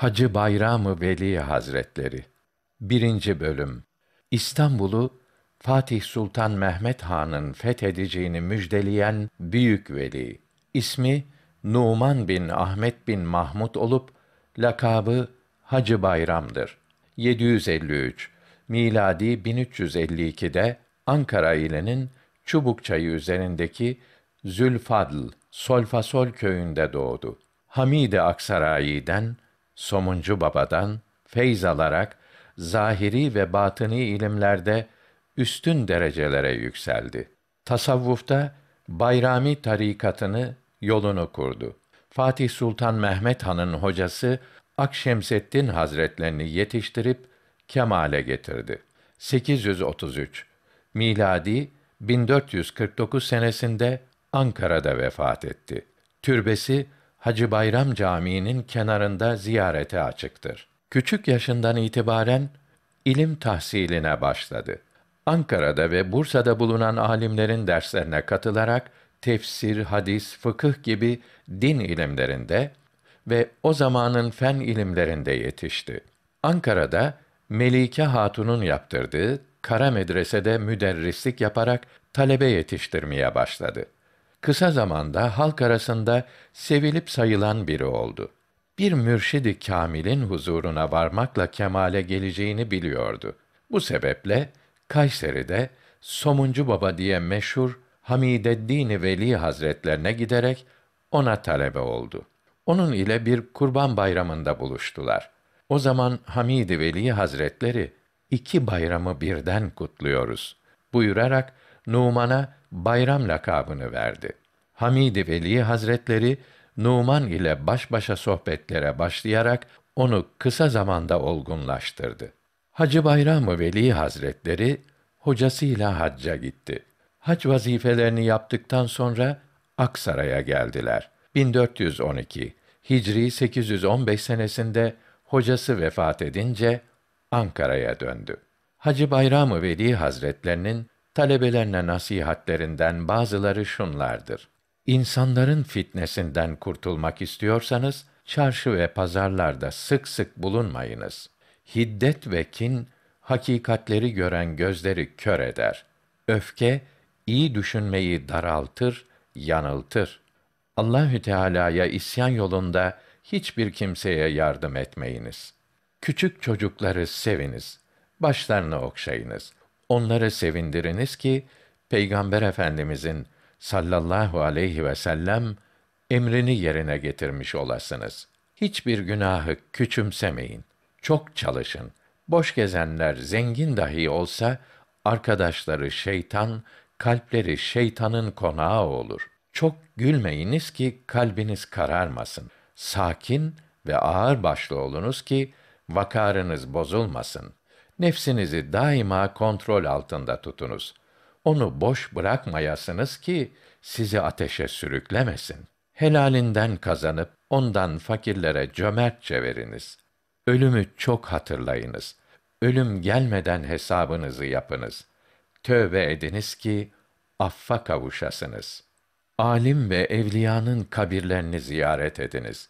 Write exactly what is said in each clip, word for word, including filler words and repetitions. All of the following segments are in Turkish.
Hacı Bayram-ı Veli Hazretleri birinci. Bölüm İstanbul'u Fatih Sultan Mehmed Han'ın fethedeceğini müjdeleyen büyük veli. İsmi Numan bin Ahmet bin Mahmud olup lakabı Hacı Bayram'dır. yedi yüz elli üç miladi bin üç yüz elli ikide Ankara ilenin Çubukçayı üzerindeki Zülfadl Solfasol köyünde doğdu. Hamid-i Aksarayi'den, Somuncu Baba'dan feyz alarak zahiri ve batını ilimlerde üstün derecelere yükseldi. Tasavvufta Bayrami tarikatını, yolunu kurdu. Fatih Sultan Mehmed Han'ın hocası Akşemseddin Hazretlerini yetiştirip kemale getirdi. sekiz yüz otuz üç miladi bin dört yüz kırk dokuz senesinde Ankara'da vefat etti. Türbesi Hacı Bayram Camii'nin kenarında ziyarete açıktır. Küçük yaşından itibaren ilim tahsiline başladı. Ankara'da ve Bursa'da bulunan alimlerin derslerine katılarak tefsir, hadis, fıkıh gibi din ilimlerinde ve o zamanın fen ilimlerinde yetişti. Ankara'da Melike Hatun'un yaptırdığı Kara Medrese'de müderrislik yaparak talebe yetiştirmeye başladı. Kısa zamanda halk arasında sevilip sayılan biri oldu. Bir mürşid-i kâmilin huzuruna varmakla kemale geleceğini biliyordu. Bu sebeple Kayseri'de Somuncu Baba diye meşhur Hamideddin Veli Hazretlerine giderek ona talebe oldu. Onun ile bir Kurban Bayramı'nda buluştular. O zaman Hamid-i Veli Hazretleri, iki bayramı birden kutluyoruz buyurarak Numan'a Bayram lakabını verdi. Hamid-i Veli Hazretleri Numan ile baş başa sohbetlere başlayarak onu kısa zamanda olgunlaştırdı. Hacı Bayram-ı Veli Hazretleri hocasıyla hacca gitti. Hac vazifelerini yaptıktan sonra Aksaray'a geldiler. bin dört yüz on iki Hicri sekiz yüz on beş senesinde hocası vefat edince Ankara'ya döndü. Hacı Bayram-ı Veli Hazretlerinin talebelerine nasihatlerinden bazıları şunlardır: İnsanların fitnesinden kurtulmak istiyorsanız, çarşı ve pazarlarda sık sık bulunmayınız. Hiddet ve kin, hakikatleri gören gözleri kör eder. Öfke, iyi düşünmeyi daraltır, yanıltır. Allahü Teâlâ'ya isyan yolunda hiçbir kimseye yardım etmeyiniz. Küçük çocukları seviniz, başlarını okşayınız. Onları sevindiriniz ki, Peygamber Efendimizin sallallahu aleyhi ve sellem emrini yerine getirmiş olasınız. Hiçbir günahı küçümsemeyin. Çok çalışın. Boş gezenler zengin dahi olsa, arkadaşları şeytan, kalpleri şeytanın konağı olur. Çok gülmeyiniz ki kalbiniz kararmasın. Sakin ve ağırbaşlı olunuz ki vakarınız bozulmasın. Nefsinizi daima kontrol altında tutunuz. Onu boş bırakmayasınız ki sizi ateşe sürüklemesin. Helalinden kazanıp ondan fakirlere cömertçe veriniz. Ölümü çok hatırlayınız. Ölüm gelmeden hesabınızı yapınız. Tövbe ediniz ki affa kavuşasınız. Alim ve evliyanın kabirlerini ziyaret ediniz.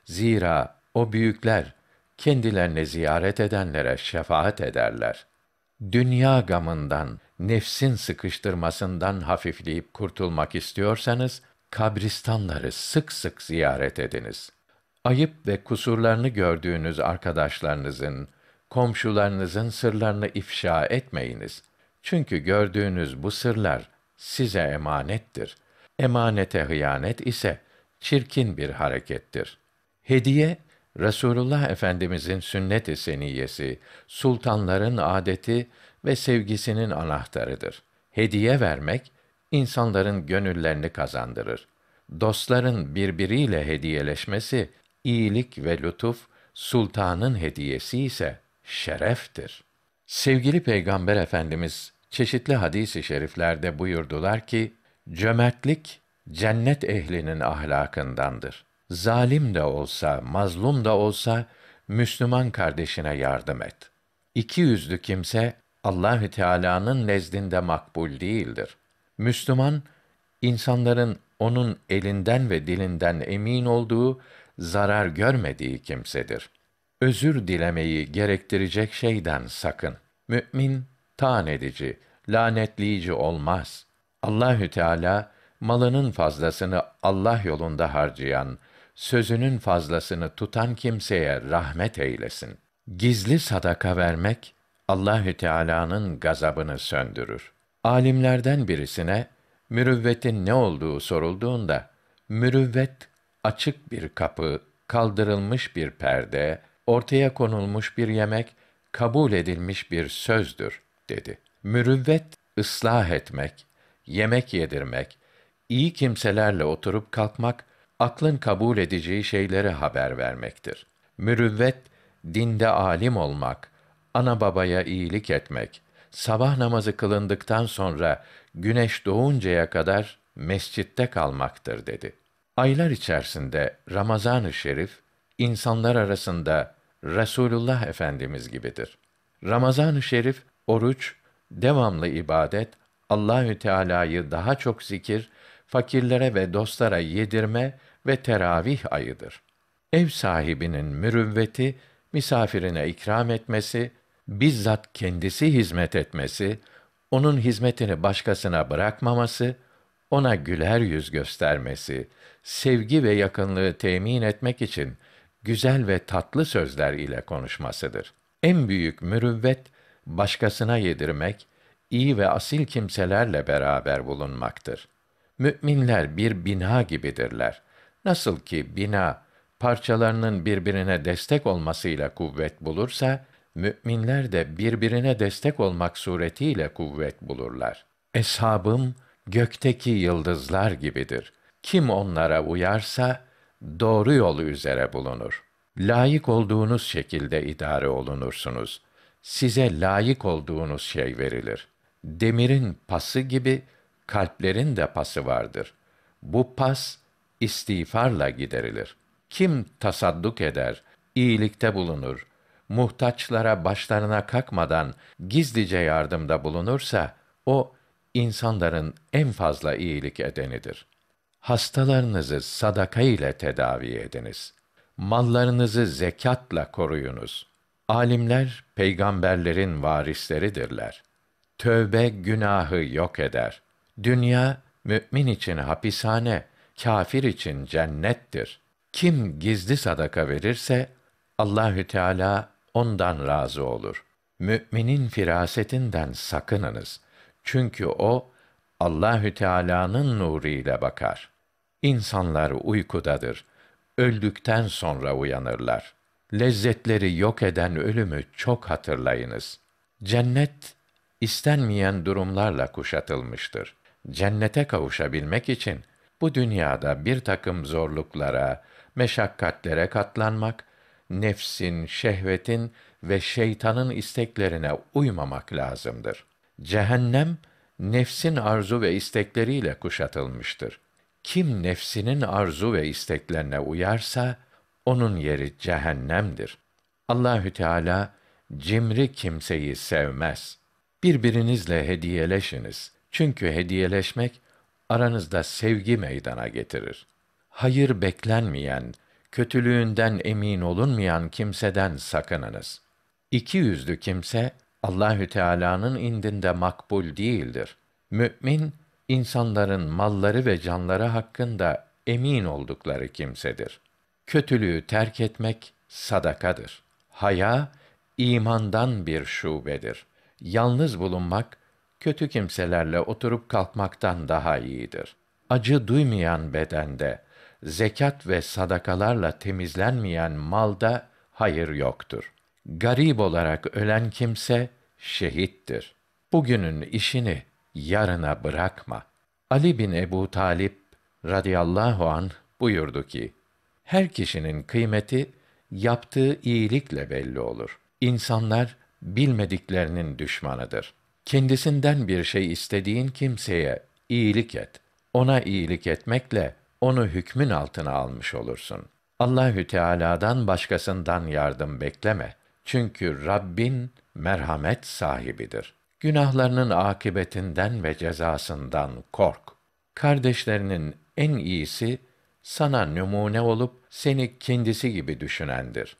Zira o büyükler kendilerini ziyaret edenlere şefaat ederler. Dünya gamından, nefsin sıkıştırmasından hafifleyip kurtulmak istiyorsanız, kabristanları sık sık ziyaret ediniz. Ayıp ve kusurlarını gördüğünüz arkadaşlarınızın, komşularınızın sırlarını ifşa etmeyiniz. Çünkü gördüğünüz bu sırlar size emanettir. Emanete hıyanet ise çirkin bir harekettir. Hediye, Resulullah Efendimizin sünnet-i seniyyesi, sultanların adeti ve sevgisinin anahtarıdır. Hediye vermek, insanların gönüllerini kazandırır. Dostların birbiriyle hediyeleşmesi, iyilik ve lütuf, sultanın hediyesi ise şereftir. Sevgili Peygamber Efendimiz, çeşitli hadis-i şeriflerde buyurdular ki, cömertlik, cennet ehlinin ahlakındandır. Zalim de olsa, mazlum da olsa, Müslüman kardeşine yardım et. İki yüzlü kimse, Allahü Teâlâ'nın nezdinde makbul değildir. Müslüman, insanların onun elinden ve dilinden emin olduğu, zarar görmediği kimsedir. Özür dilemeyi gerektirecek şeyden sakın. Mü'min taan edici, lanetleyici olmaz. Allahü Teala malının fazlasını Allah yolunda harcayan, sözünün fazlasını tutan kimseye rahmet eylesin. Gizli sadaka vermek Allahü Teala'nın gazabını söndürür. Alimlerden birisine mürüvvetin ne olduğu sorulduğunda, mürüvvet açık bir kapı, kaldırılmış bir perde, ortaya konulmuş bir yemek, kabul edilmiş bir sözdür dedi. Mürüvvet ıslah etmek, yemek yedirmek, iyi kimselerle oturup kalkmak, aklın kabul edeceği şeyleri haber vermektir. Mürüvvet dinde alim olmak, ana babaya iyilik etmek, sabah namazı kılındıktan sonra güneş doğuncaya kadar mescitte kalmaktır dedi. Aylar içerisinde Ramazan-ı Şerif insanlar arasında Resulullah Efendimiz gibidir. Ramazan-ı Şerif oruç, devamlı ibadet, Allahü Teala'yı daha çok zikir, fakirlere ve dostlara yedirme ve teravih ayıdır. Ev sahibinin mürüvveti misafirine ikram etmesi, bizzat kendisi hizmet etmesi, onun hizmetini başkasına bırakmaması, ona güler yüz göstermesi, sevgi ve yakınlığı temin etmek için güzel ve tatlı sözler ile konuşmasıdır. En büyük mürüvvet başkasına yedirmek, iyi ve asil kimselerle beraber bulunmaktır. Mü'minler bir bina gibidirler. Nasıl ki bina parçalarının birbirine destek olmasıyla kuvvet bulursa, mü'minler de birbirine destek olmak suretiyle kuvvet bulurlar. Eshabım gökteki yıldızlar gibidir. Kim onlara uyarsa doğru yol üzere bulunur. Layık olduğunuz şekilde idare olunursunuz. Size layık olduğunuz şey verilir. Demirin pası gibi kalplerin de pası vardır. Bu pas istiğfarla giderilir. Kim tasadduk eder, iyilikte bulunur, muhtaçlara başlarına kakmadan gizlice yardımda bulunursa, o insanların en fazla iyilik edenidir. Hastalarınızı sadaka ile tedavi ediniz. Mallarınızı zekatla koruyunuz. Alimler peygamberlerin varisleridirler. Tövbe günahı yok eder. Dünya mü'min için hapishane, kâfir için cennettir. Kim gizli sadaka verirse Allahü Teala ondan razı olur. Mü'minin firasetinden sakınınız. Çünkü o Allahü Teala'nın nuru ile bakar. İnsanlar uykudadır. Öldükten sonra uyanırlar. Lezzetleri yok eden ölümü çok hatırlayınız. Cennet istenmeyen durumlarla kuşatılmıştır. Cennete kavuşabilmek için bu dünyada bir takım zorluklara, meşakkatlere katlanmak, nefsin, şehvetin ve şeytanın isteklerine uymamak lazımdır. Cehennem nefsin arzu ve istekleriyle kuşatılmıştır. Kim nefsinin arzu ve isteklerine uyarsa onun yeri cehennemdir. Allahü Teala cimri kimseyi sevmez. Birbirinizle hediyeleşiniz. Çünkü hediyeleşmek aranızda sevgi meydana getirir. Hayır beklenmeyen, kötülüğünden emin olunmayan kimseden sakınınız. İki yüzlü kimse Allahü Teala'nın indinde makbul değildir. Mü'min insanların malları ve canları hakkında emin oldukları kimsedir. Kötülüğü terk etmek sadakadır. Haya imandan bir şubedir. Yalnız bulunmak kötü kimselerle oturup kalkmaktan daha iyidir. Acı duymayan bedende, zekat ve sadakalarla temizlenmeyen malda hayır yoktur. Garip olarak ölen kimse şehittir. Bugünün işini yarına bırakma. Ali bin Ebu Talip radıyallahu anh buyurdu ki, her kişinin kıymeti yaptığı iyilikle belli olur. İnsanlar bilmediklerinin düşmanıdır. Kendisinden bir şey istediğin kimseye iyilik et. Ona iyilik etmekle onu hükmün altına almış olursun. Allahü Teala'dan başkasından yardım bekleme. Çünkü Rabbin merhamet sahibidir. Günahlarının akıbetinden ve cezasından kork. Kardeşlerinin en iyisi sana numune olup seni kendisi gibi düşünendir.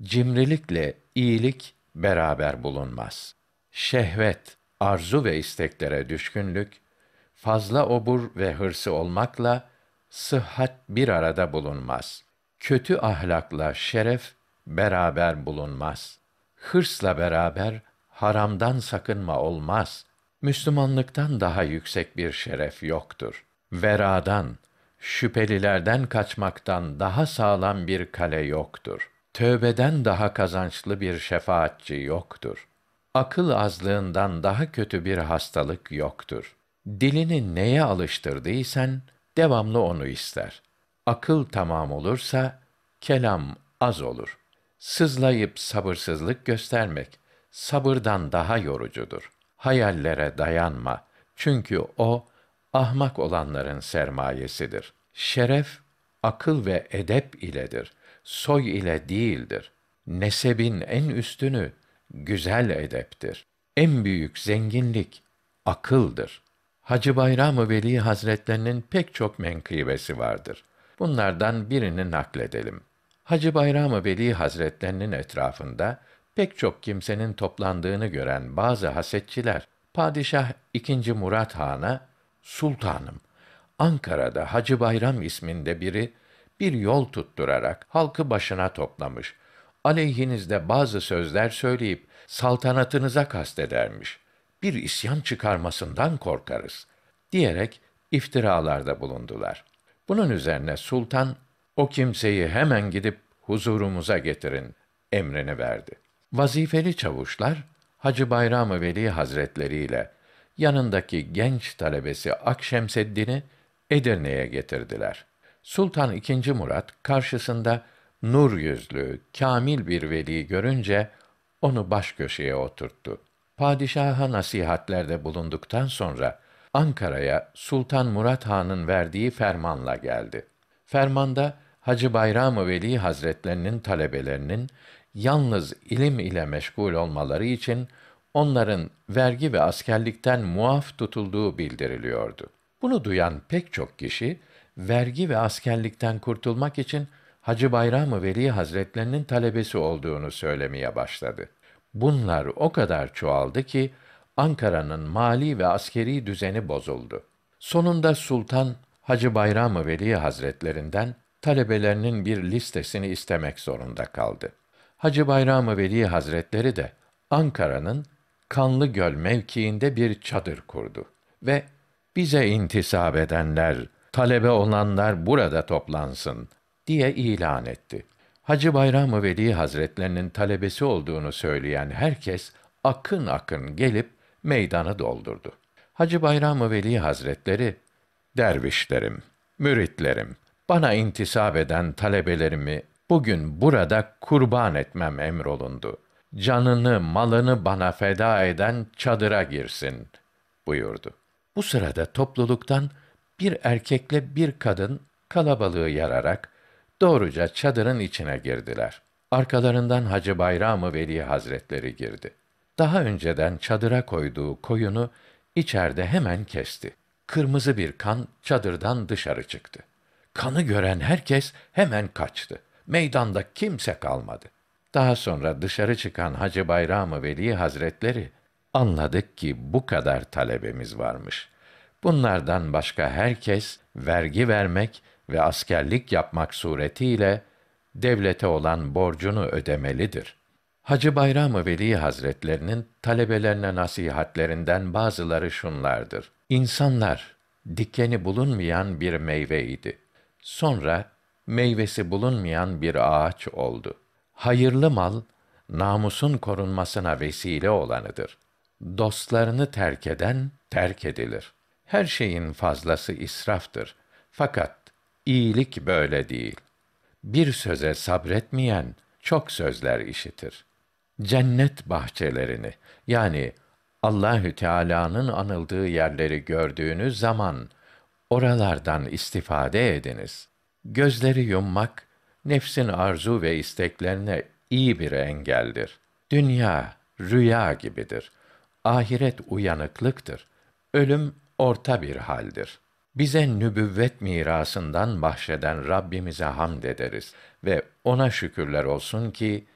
Cimrilikle iyilik beraber bulunmaz. Şehvet, arzu ve isteklere düşkünlük, fazla obur ve hırsı olmakla sıhhat bir arada bulunmaz. Kötü ahlakla şeref beraber bulunmaz. Hırsla beraber haramdan sakınma olmaz. Müslümanlıktan daha yüksek bir şeref yoktur. Veradan, şüphelilerden kaçmaktan daha sağlam bir kale yoktur. Tövbeden daha kazançlı bir şefaatçi yoktur. Akıl azlığından daha kötü bir hastalık yoktur. Dilini neye alıştırdıysan, devamlı onu ister. Akıl tamam olursa, kelam az olur. Sızlayıp sabırsızlık göstermek, sabırdan daha yorucudur. Hayallere dayanma. Çünkü o, ahmak olanların sermayesidir. Şeref, akıl ve edep iledir. Soy ile değildir. Nesebin en üstünü, güzel edeptir. En büyük zenginlik, akıldır. Hacı Bayram-ı Veli Hazretlerinin pek çok menkıbesi vardır. Bunlardan birini nakledelim. Hacı Bayram-ı Veli Hazretlerinin etrafında pek çok kimsenin toplandığını gören bazı hasetçiler, Padişah ikinci Murat Han'a, "Sultanım, Ankara'da Hacı Bayram isminde biri bir yol tutturarak halkı başına toplamış. Aleyhinizde bazı sözler söyleyip saltanatınıza kastedermiş. Bir isyan çıkarmasından korkarız," diyerek iftiralarda bulundular. Bunun üzerine sultan, "O kimseyi hemen gidip huzurumuza getirin," emrini verdi. Vazifeli çavuşlar, Hacı Bayram-ı Veli Hazretleri ile yanındaki genç talebesi Akşemseddin'i Edirne'ye getirdiler. Sultan ikinci Murat karşısında nur yüzlü, kâmil bir veli görünce onu baş köşeye oturttu. Padişaha nasihatlerde bulunduktan sonra Ankara'ya Sultan Murat Han'ın verdiği fermanla geldi. Fermanda Hacı Bayram-ı Veli Hazretlerinin talebelerinin yalnız ilim ile meşgul olmaları için onların vergi ve askerlikten muaf tutulduğu bildiriliyordu. Bunu duyan pek çok kişi vergi ve askerlikten kurtulmak için Hacı Bayram-ı Veli Hazretlerinin talebesi olduğunu söylemeye başladı. Bunlar o kadar çoğaldı ki Ankara'nın mali ve askeri düzeni bozuldu. Sonunda sultan Hacı Bayram-ı Veli Hazretlerinden talebelerinin bir listesini istemek zorunda kaldı. Hacı Bayram-ı Veli Hazretleri de Ankara'nın Kanlıgöl mevkiinde bir çadır kurdu ve "Bize intisap edenler, talebe olanlar burada toplansın," diye ilan etti. Hacı Bayram-ı Veli Hazretlerinin talebesi olduğunu söyleyen herkes akın akın gelip meydanı doldurdu. Hacı Bayram-ı Veli Hazretleri, "Dervişlerim, müritlerim, bana intisap eden talebelerimi bugün burada kurban etmem emrolundu. Canını, malını bana feda eden çadıra girsin," buyurdu. Bu sırada topluluktan bir erkekle bir kadın kalabalığı yararak doğruca çadırın içine girdiler. Arkalarından Hacı Bayram-ı Veli Hazretleri girdi. Daha önceden çadıra koyduğu koyunu içeride hemen kesti. Kırmızı bir kan çadırdan dışarı çıktı. Kanı gören herkes hemen kaçtı. Meydanda kimse kalmadı. Daha sonra dışarı çıkan Hacı Bayram-ı Veli Hazretleri, "Anladık ki bu kadar talebemiz varmış. Bunlardan başka herkes vergi vermek ve askerlik yapmak suretiyle devlete olan borcunu ödemelidir." Hacı Bayram-ı Veli Hazretlerinin talebelerine nasihatlerinden bazıları şunlardır: İnsanlar dikeni bulunmayan bir meyveydi. Sonra meyvesi bulunmayan bir ağaç oldu. Hayırlı mal, namusun korunmasına vesile olanıdır. Dostlarını terk eden, terk edilir. Her şeyin fazlası israftır. Fakat iyilik böyle değil. Bir söze sabretmeyen, çok sözler işitir. Cennet bahçelerini, yani Allahü Teala'nın anıldığı yerleri gördüğünüz zaman, oralardan istifade ediniz. Gözleri yummak, nefsin arzu ve isteklerine iyi bir engeldir. Dünya, rüya gibidir. Ahiret uyanıklıktır. Ölüm orta bir haldir. Bize nübüvvet mirasından bahşeden Rabbimize hamd ederiz ve ona şükürler olsun ki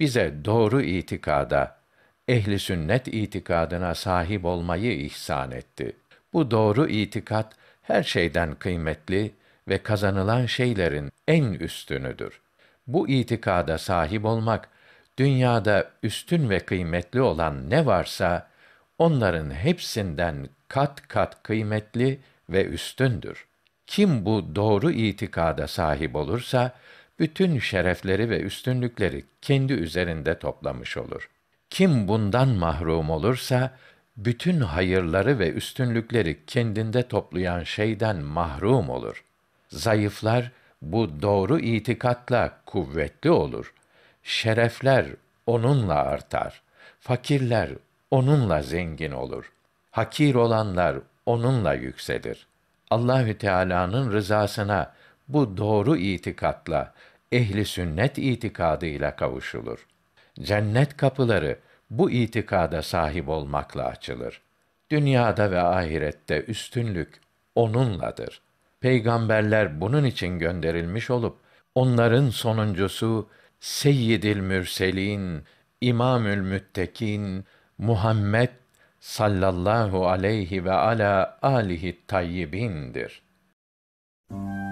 bize doğru itikada, ehli sünnet itikadına sahip olmayı ihsan etti. Bu doğru itikat her şeyden kıymetli ve kazanılan şeylerin en üstünüdür. Bu itikada sahip olmak, dünyada üstün ve kıymetli olan ne varsa, onların hepsinden kat kat kıymetli ve üstündür. Kim bu doğru itikada sahip olursa, bütün şerefleri ve üstünlükleri kendi üzerinde toplamış olur. Kim bundan mahrum olursa, bütün hayırları ve üstünlükleri kendinde toplayan şeyden mahrum olur. Zayıflar, bu doğru itikatla kuvvetli olur. Şerefler onunla artar. Fakirler onunla zengin olur. Hakir olanlar onunla yükselir. Allahü Teala'nın rızasına bu doğru itikatla, ehli sünnet itikadıyla kavuşulur. Cennet kapıları bu itikada sahip olmakla açılır. Dünyada ve ahirette üstünlük onunladır. Peygamberler bunun için gönderilmiş olup, onların sonuncusu Seyyidil Mürselin, İmamül Müttekin, Muhammed sallallahu aleyhi ve ala alihi tayyibindir.